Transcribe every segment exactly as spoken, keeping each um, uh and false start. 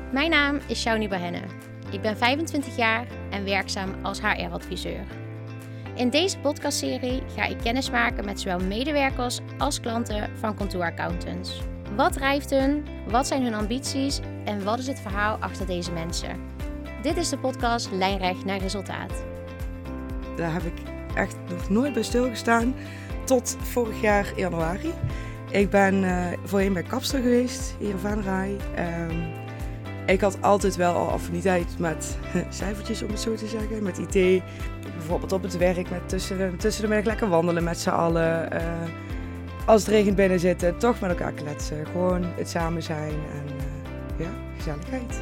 Mijn naam is Shauni Bahenne. Ik ben vijfentwintig jaar en werkzaam als H R-adviseur. In deze podcastserie ga ik kennis maken met zowel medewerkers als klanten van kantoor-accountants. Wat drijft hun? Wat zijn hun ambities? En wat is het verhaal achter deze mensen? Dit is de podcast Lijnrecht naar Resultaat. Daar heb ik echt nog nooit bij stilgestaan tot vorig jaar januari. Ik ben uh, voorheen bij kapster geweest, hier in Venray. Um, ik had altijd wel al affiniteit met cijfertjes, om het zo te zeggen, met I T. Bijvoorbeeld op het werk, met tussen, de, tussen de middag lekker wandelen met z'n allen. Uh, als het regent binnen zitten, toch met elkaar kletsen. Gewoon het samen zijn en uh, ja, gezelligheid.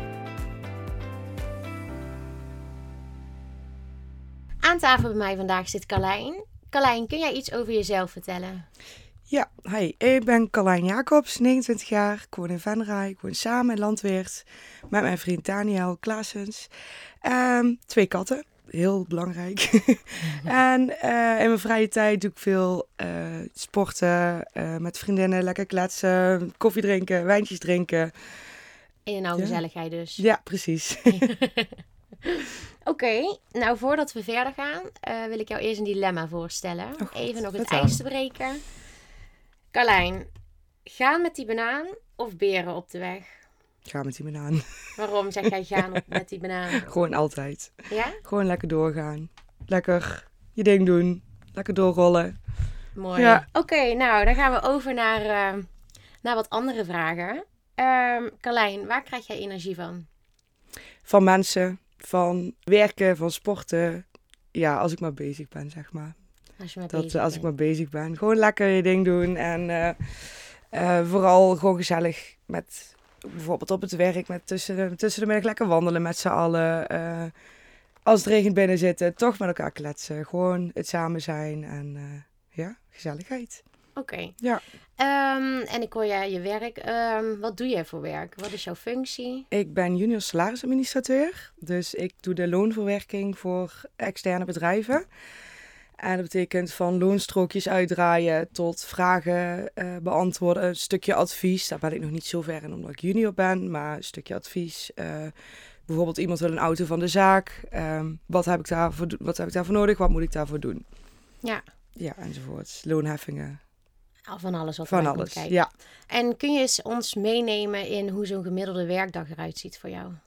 Aan tafel bij mij vandaag zit Carlijn. Carlijn, kun jij iets over jezelf vertellen? Ja, hi. Ik ben Carlijn Jacobs, negenentwintig jaar. Ik woon in Venray. Ik woon samen in Landweert met mijn vriend Daniel Klaasens. Um, twee katten, heel belangrijk. en uh, in mijn vrije tijd doe ik veel uh, sporten, uh, met vriendinnen, lekker kletsen, koffie drinken, wijntjes drinken. In en nou ja. gezelligheid dus. Ja, precies. Oké, okay, nou voordat we verder gaan, uh, wil ik jou eerst een dilemma voorstellen. Oh, God, Even nog het vertel. ijs te breken. Carlijn, gaan met die banaan of beren op de weg? Ga met die banaan. Waarom zeg jij gaan op, met die banaan? Gewoon altijd. Ja? Gewoon lekker doorgaan. Lekker je ding doen. Lekker doorrollen. Mooi. Ja. Oké, okay, nou dan gaan we over naar, uh, naar wat andere vragen. Uh, Carlijn, waar krijg jij energie van? Van mensen, van werken, van sporten. Ja, als ik maar bezig ben, zeg maar. Als je maar dat, bezig als bent. ik maar bezig ben. Gewoon lekker je ding doen. En uh, uh, vooral gewoon gezellig met, bijvoorbeeld op het werk, met tussen de, tussen de middag lekker wandelen met z'n allen. Uh, als het regent binnen zitten, toch met elkaar kletsen. Gewoon het samen zijn en uh, ja, gezelligheid. Oké. Okay. Ja. Um, en ik hoor jij je werk. Um, wat doe jij voor werk? Wat is jouw functie? Ik ben junior salarisadministrateur. Dus ik doe de loonverwerking voor externe bedrijven. En dat betekent van loonstrookjes uitdraaien tot vragen uh, beantwoorden. Een stukje advies. Daar ben ik nog niet zo ver in omdat ik junior ben. Maar een stukje advies. Uh, bijvoorbeeld iemand wil een auto van de zaak. Um, wat, heb ik daarvoor, wat heb ik daarvoor nodig? Wat moet ik daarvoor doen? Ja. Ja, enzovoort. Loonheffingen. Al van alles wat van erbij alles, komt kijken. Ja. En kun je eens ons meenemen in hoe zo'n gemiddelde werkdag eruit ziet voor jou?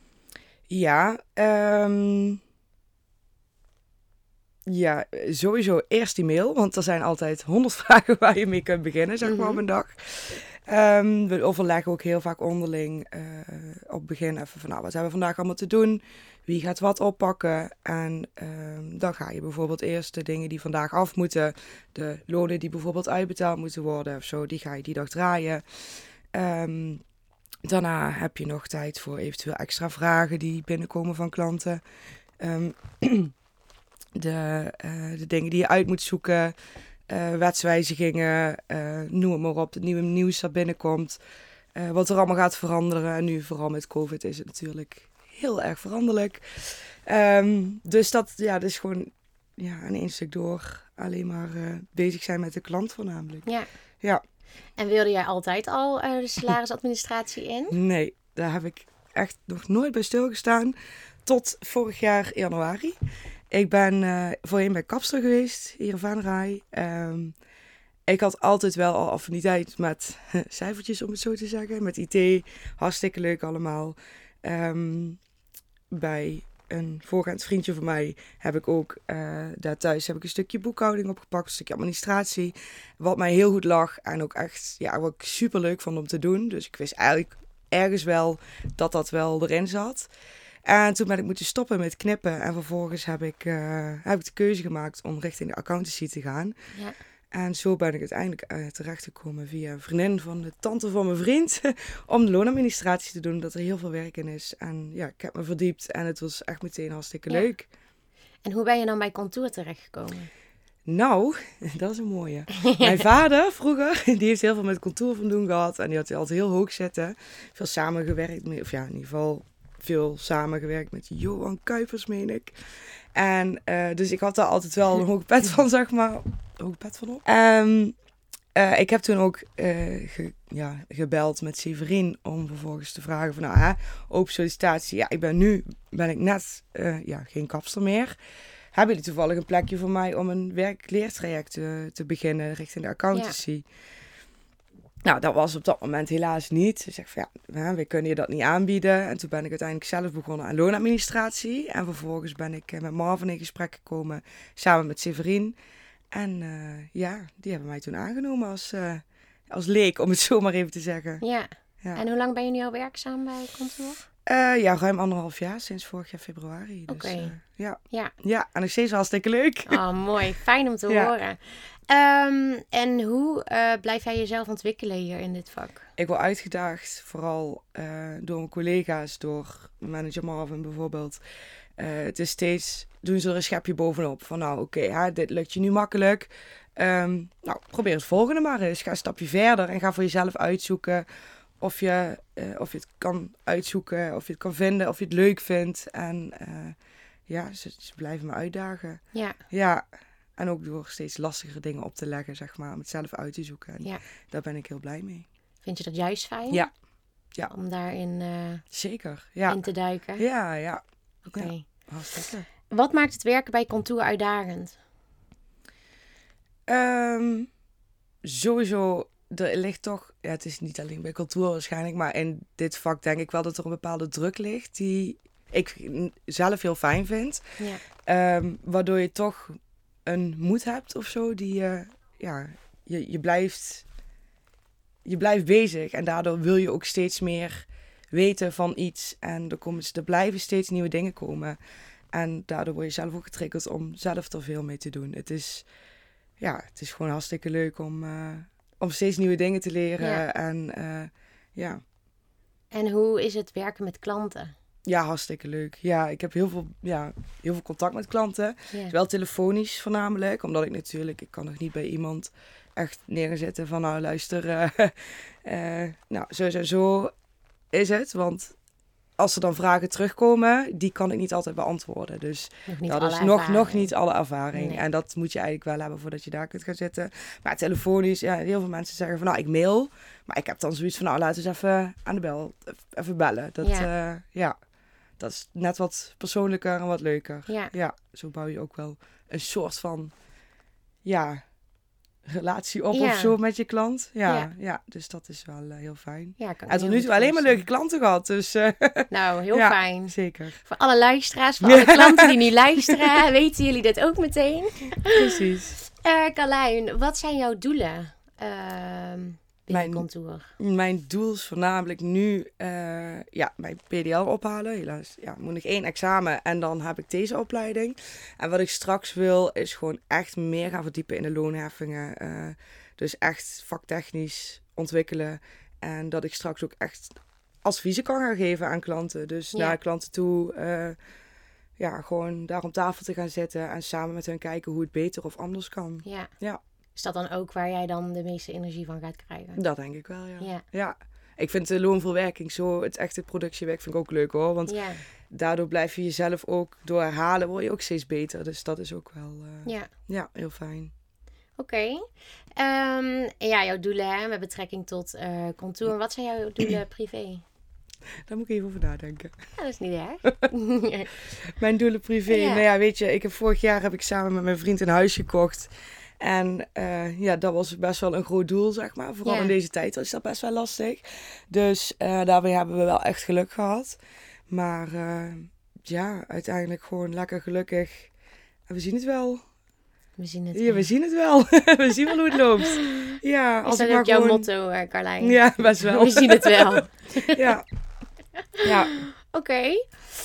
Ja, um, ja, sowieso eerst die mail, want er zijn altijd honderd vragen waar je mee kunt beginnen, zeg maar, mm-hmm. op een dag. Um, we overleggen ook heel vaak onderling uh, op het begin even van, nou, wat hebben we vandaag allemaal te doen? Wie gaat wat oppakken? En um, dan ga je bijvoorbeeld eerst de dingen die vandaag af moeten, de lonen die bijvoorbeeld uitbetaald moeten worden of zo, die ga je die dag draaien. Um, Daarna heb je nog tijd voor eventueel extra vragen die binnenkomen van klanten. Um, de, uh, de dingen die je uit moet zoeken. Uh, wetswijzigingen. Uh, noem het maar op. Het nieuwe nieuws dat binnenkomt. Uh, wat er allemaal gaat veranderen. En nu vooral met COVID is het natuurlijk heel erg veranderlijk. Um, dus dat, ja, dat is gewoon ja, aan één stuk door alleen maar uh, bezig zijn met de klant voornamelijk. Ja. Ja. En wilde jij altijd al uh, de salarisadministratie in? Nee, daar heb ik echt nog nooit bij stilgestaan. Tot vorig jaar januari. Ik ben uh, voorheen bij kapster geweest, hier in Venray. Um, ik had altijd wel al affiniteit met cijfertjes, om het zo te zeggen. Met I T, hartstikke leuk allemaal. Um, bij een voorgaand vriendje van mij heb ik ook uh, daar thuis heb ik een stukje boekhouding opgepakt, een stukje administratie, wat mij heel goed lag en ook echt, ja, wat ik super leuk vond om te doen. Dus ik wist eigenlijk ergens wel dat dat wel erin zat. En toen ben ik moeten stoppen met knippen en vervolgens heb ik, uh, heb ik de keuze gemaakt om richting de accountancy te gaan. Ja. En zo ben ik uiteindelijk uh, terechtgekomen via een vriendin van de tante van mijn vriend om de loonadministratie te doen, dat er heel veel werk in is. En ja, ik heb me verdiept en het was echt meteen hartstikke ja. leuk. En hoe ben je dan bij kantoor terechtgekomen? Nou, dat is een mooie. Mijn vader vroeger, die heeft heel veel met kantoor van doen gehad en die had altijd heel hoog zitten. Veel samengewerkt, mee, of ja, in ieder geval veel samengewerkt met Johan Kuipers, meen ik. En uh, dus ik had daar altijd wel een hoge pet van, zeg maar. Hoge pet van op. Um, uh, ik heb toen ook uh, ge, ja, gebeld met Severien om vervolgens te vragen van, nou, hè, open sollicitatie. Ja, ik ben nu, ben ik net, uh, ja, geen kapster meer. Hebben jullie toevallig een plekje voor mij om een werk-leertraject te, te beginnen richting de accountancy? Ja. Nou, dat was op dat moment helaas niet. Ze zegt van, ja, we kunnen je dat niet aanbieden. En toen ben ik uiteindelijk zelf begonnen aan loonadministratie. En vervolgens ben ik met Marvin in gesprek gekomen, samen met Severien. En uh, ja, die hebben mij toen aangenomen als, uh, als leek, om het zo maar even te zeggen. Ja. ja. En hoe lang ben je nu al werkzaam bij Contour? Uh, ja, ruim anderhalf jaar, sinds vorig jaar februari. Oké. Okay. Dus, uh, ja. Ja. ja, en nog steeds hartstikke leuk. Oh, mooi. Fijn om te ja. horen. Um, en hoe uh, blijf jij jezelf ontwikkelen hier in dit vak? Ik word uitgedaagd, vooral uh, door mijn collega's, door manager Marvin bijvoorbeeld. Uh, het is steeds, doen ze er een schepje bovenop. Van nou, oké, okay, dit lukt je nu makkelijk. Um, nou, probeer het volgende maar eens. Ga een stapje verder en ga voor jezelf uitzoeken of je, uh, of je het kan uitzoeken, of je het kan vinden, of je het leuk vindt. En uh, ja, ze, ze blijven me uitdagen. Ja. Ja. En ook door steeds lastigere dingen op te leggen, zeg maar, om het zelf uit te zoeken. En ja. daar ben ik heel blij mee. Vind je dat juist fijn? Ja. ja. Om daarin uh, Zeker, ja. in te duiken? Ja, ja. Oké. Okay. Ja, hartstikke. Wat maakt het werken bij Contour uitdagend? Um, sowieso, er ligt toch... Ja, het is niet alleen bij Contour waarschijnlijk, maar in dit vak denk ik wel dat er een bepaalde druk ligt die ik zelf heel fijn vind. Ja. Um, waardoor je toch een moed hebt of zo, die uh, ja, je, je blijft je blijft bezig en daardoor wil je ook steeds meer weten van iets en er, komen, er blijven steeds nieuwe dingen komen en daardoor word je zelf ook getriggerd om zelf er veel mee te doen. Het is, ja, het is gewoon hartstikke leuk om, uh, om steeds nieuwe dingen te leren ja. en uh, ja. En hoe is het werken met klanten? Ja, hartstikke leuk. Ja, ik heb heel veel, ja, heel veel contact met klanten. Yeah. Wel telefonisch voornamelijk. Omdat ik natuurlijk, ik kan nog niet bij iemand echt neerzetten van nou luister, uh, uh, nou zo zo zo is het. Want als er dan vragen terugkomen, die kan ik niet altijd beantwoorden. Dus nog dat is nog, nog niet alle ervaring. Nee. En dat moet je eigenlijk wel hebben voordat je daar kunt gaan zitten. Maar telefonisch, ja, heel veel mensen zeggen van nou, ik mail. Maar ik heb dan zoiets van nou, laten we eens even aan de bel, even bellen. Dat, ja. Uh, ja. Dat is net wat persoonlijker en wat leuker. Ja. ja, zo bouw je ook wel een soort van ja, relatie op ja. of zo met je klant. Ja, ja. ja dus dat is wel uh, heel fijn. Ja, kan en tot nu toe alleen maar leuke klanten gehad. Dus, uh, nou, heel ja, fijn. Zeker. Voor alle luisteraars, voor alle klanten die nu luisteren, weten jullie dit ook meteen. Precies. Uh, Carlijn, wat zijn jouw doelen? Uh, Mijn, Contour. mijn doel is voornamelijk nu uh, ja, mijn P D L ophalen. Helaas ja, moet nog één examen en dan heb ik deze opleiding. En wat ik straks wil is gewoon echt meer gaan verdiepen in de loonheffingen. Uh, dus echt vaktechnisch ontwikkelen. En dat ik straks ook echt adviezen kan gaan geven aan klanten. Dus ja. naar klanten toe uh, ja, gewoon daar om tafel te gaan zitten en samen met hen kijken hoe het beter of anders kan. Ja. ja. Is dat dan ook waar jij dan de meeste energie van gaat krijgen? Dat denk ik wel, ja. Ja. ja. Ik vind de loonverwerking zo, het echte productiewerk vind ik ook leuk hoor. Want ja. daardoor blijf je jezelf ook, door herhalen word je ook steeds beter. Dus dat is ook wel, uh, ja. ja, heel fijn. Oké. Okay. Um, ja, jouw doelen hè, met betrekking tot uh, Contour. Wat zijn jouw doelen privé? Daar moet ik even over nadenken. Ja, dat is niet erg. Mijn doelen privé? Ja. Nou ja, weet je, ik heb vorig jaar heb ik samen met mijn vriend een huis gekocht. En uh, ja, dat was best wel een groot doel, zeg maar. Vooral ja. in deze tijd is dat best wel lastig. Dus uh, daarbij hebben we wel echt geluk gehad. Maar uh, ja, uiteindelijk gewoon lekker gelukkig. En we zien het wel. We zien het ja, wel. we zien het wel. We zien wel hoe het loopt. Ja, als is dat ik ook gewoon... jouw motto, uh, Carlijn? Ja, best wel. We zien het wel. ja. ja. Oké. Okay.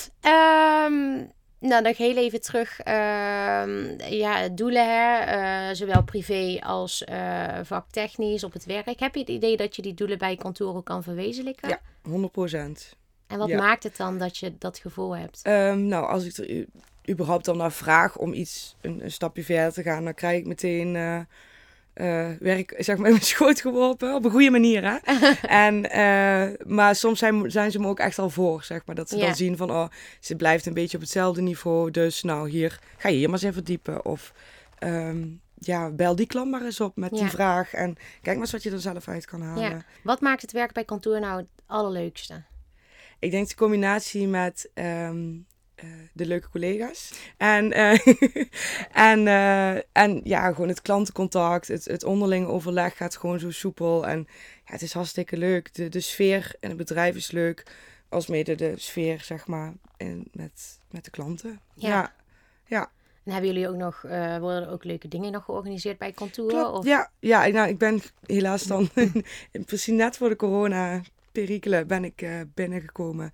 Um, nou, dan heel even terug. Uh, ja, doelen, hè? Uh, zowel privé als uh, vaktechnisch op het werk. Heb je het idee dat je die doelen bij Contour kan verwezenlijken? Ja, honderd procent. En wat ja. maakt het dan dat je dat gevoel hebt? Um, nou, als ik er u, überhaupt dan naar vraag om iets, een, een stapje verder te gaan, dan krijg ik meteen uh, uh, werk, zeg maar, in mijn schoot geworpen. Op een goede manier, hè. en, uh, maar soms zijn, zijn ze me ook echt al voor, zeg maar. Dat ze ja. dan zien van, oh, ze blijft een beetje op hetzelfde niveau. Dus nou, hier, ga je hier maar eens in verdiepen. Of, um, ja, bel die klant maar eens op met Ja. die vraag. En kijk maar eens wat je er zelf uit kan halen. Ja. Wat maakt het werk bij kantoor nou het allerleukste? Ik denk de combinatie met um, uh, de leuke collega's. En, uh, en, uh, en ja, gewoon het klantencontact, het, het onderlinge overleg gaat gewoon zo soepel. En ja, het is hartstikke leuk. De, de sfeer in het bedrijf is leuk. Als mede de sfeer, zeg maar, in, met, met de klanten. Ja. Ja. ja. En hebben jullie ook nog, uh, worden er ook leuke dingen nog georganiseerd bij kantoor? Klopt, of? ja. Ja, nou, ik ben helaas dan precies net voor de corona-perikelen ben ik uh, binnengekomen.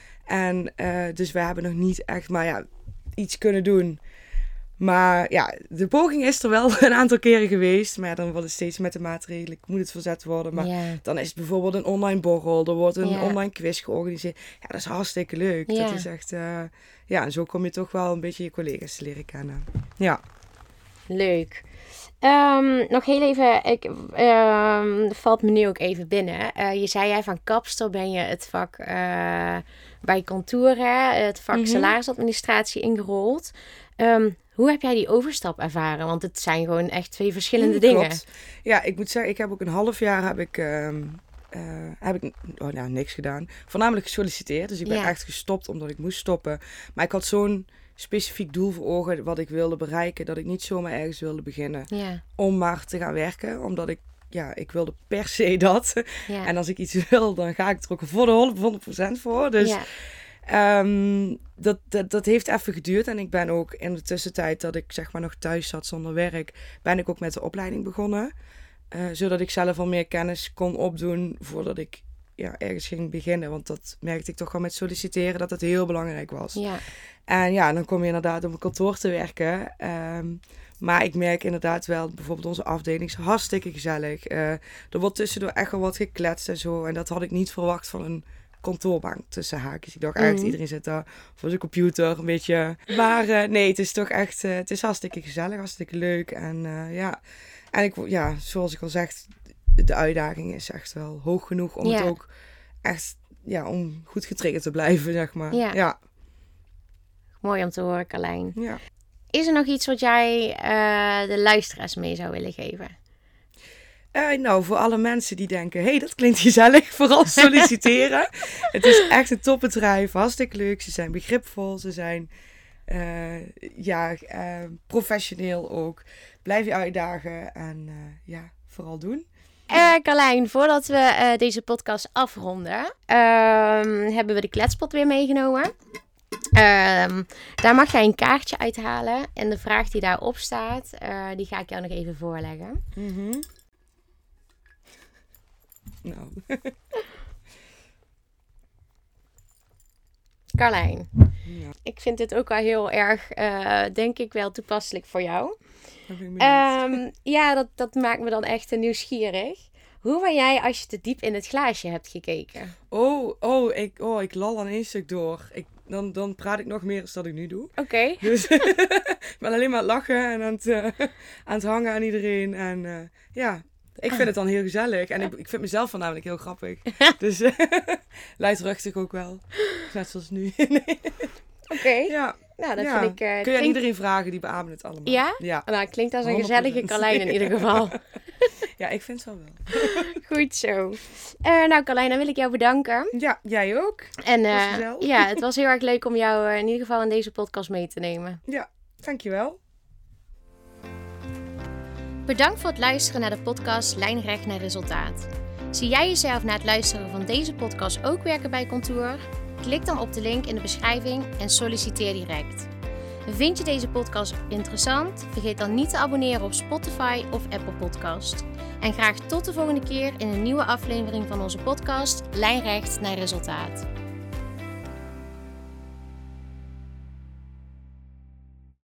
En uh, dus we hebben nog niet echt maar ja, iets kunnen doen. Maar ja, de poging is er wel een aantal keren geweest. Maar ja, dan wordt het steeds met de maatregelen, moet het verzet worden. Maar Ja. dan is het bijvoorbeeld een online borrel. Er wordt een Ja. online quiz georganiseerd. Ja, dat is hartstikke leuk. Ja. Dat is echt, uh, ja, en zo kom je toch wel een beetje je collega's te leren kennen. Ja. Leuk. Um, nog heel even, ik, um, valt me nu ook even binnen. Uh, je zei jij van kapster ben je het vak uh, bij kantoor, hè, het vak Mm-hmm. salarisadministratie ingerold. Um, hoe heb jij die overstap ervaren? Want het zijn gewoon echt twee verschillende Mm, dingen. Klopt. Ja, ik moet zeggen, ik heb ook een half jaar heb ik, um, uh, heb ik oh, nou, niks gedaan. Voornamelijk gesolliciteerd. Dus ik ben Ja. echt gestopt omdat ik moest stoppen. Maar ik had zo'n specifiek doel voor ogen wat ik wilde bereiken. Dat ik niet zomaar ergens wilde beginnen. Ja. Om maar te gaan werken. Omdat ik, ja, ik wilde per se dat. Ja. En als ik iets wil, dan ga ik er ook voor de honderd procent voor. Dus ja. um, dat, dat, dat heeft even geduurd. En ik ben ook in de tussentijd dat ik zeg maar nog thuis zat zonder werk, ben ik ook met de opleiding begonnen. Uh, zodat ik zelf al meer kennis kon opdoen voordat ik ja, ergens ging beginnen. Want dat merkte ik toch wel met solliciteren dat het heel belangrijk was. Ja. En ja, dan kom je inderdaad op een kantoor te werken. Um, maar ik merk inderdaad wel, bijvoorbeeld onze afdeling is hartstikke gezellig. Uh, er wordt tussendoor echt wel wat gekletst en zo. En dat had ik niet verwacht van een kantoorbank tussen haakjes. Ik dacht echt, Mhm. iedereen zit daar voor zijn computer een beetje. Maar uh, nee, het is toch echt, uh, het is hartstikke gezellig, hartstikke leuk. En uh, ja, en ik, ja, zoals ik al zeg, de uitdaging is echt wel hoog genoeg om Ja. het ook echt, ja, om goed getriggerd te blijven, zeg maar. Ja. Ja. Mooi om te horen, Carlijn. Ja. Is er nog iets wat jij uh, de luisteraars mee zou willen geven? Uh, nou, voor alle mensen die denken, hé, hey, dat klinkt gezellig, vooral solliciteren. Het is echt een topbedrijf, hartstikke leuk. Ze zijn begripvol, ze zijn uh, ja, uh, professioneel ook. Blijf je uitdagen en uh, ja, vooral doen. Uh, Carlijn, voordat we uh, deze podcast afronden, uh, hebben we de kletspot weer meegenomen. Um, daar mag jij een kaartje uithalen. En de vraag die daarop staat, uh, die ga ik jou nog even voorleggen. Mm-hmm. Nou. Carlijn, Ja. ik vind dit ook wel heel erg, uh, denk ik wel toepasselijk voor jou. Um, ja, dat, dat maakt me dan echt nieuwsgierig. Hoe ben jij als je te diep in het glaasje hebt gekeken? Oh, oh, ik, oh, ik lal aan één stuk door. Ik, dan, dan praat ik nog meer dan dat ik nu doe. Oké. Okay. Dus ik ben alleen maar aan het lachen en aan het, uh, aan het hangen aan iedereen. En uh, ja, ik vind ah. het dan heel gezellig. En ik, ik vind mezelf voornamelijk heel grappig. Dus uh, luidruchtig ook wel. Net zoals nu. Nee. Oké. Okay. Ja. Nou, dat ja. vind ik... Uh, Kun je klinkt... aan iedereen vragen, die beamen het allemaal. Ja? Ja. Nou, klinkt als een honderd procent. gezellige Carlijn in ieder geval. Ja, ik vind het wel wel. Goed zo. Uh, nou, Carlijn, dan wil ik jou bedanken. Ja, jij ook. En uh, ja, het was heel erg leuk om jou uh, in ieder geval in deze podcast mee te nemen. Ja, dankjewel. Bedankt voor het luisteren naar de podcast Lijnrecht naar Resultaat. Zie jij jezelf na het luisteren van deze podcast ook werken bij kantoor? Klik dan op de link in de beschrijving en solliciteer direct. Vind je deze podcast interessant? Vergeet dan niet te abonneren op Spotify of Apple Podcast. En graag tot de volgende keer in een nieuwe aflevering van onze podcast Lijnrecht naar Resultaat.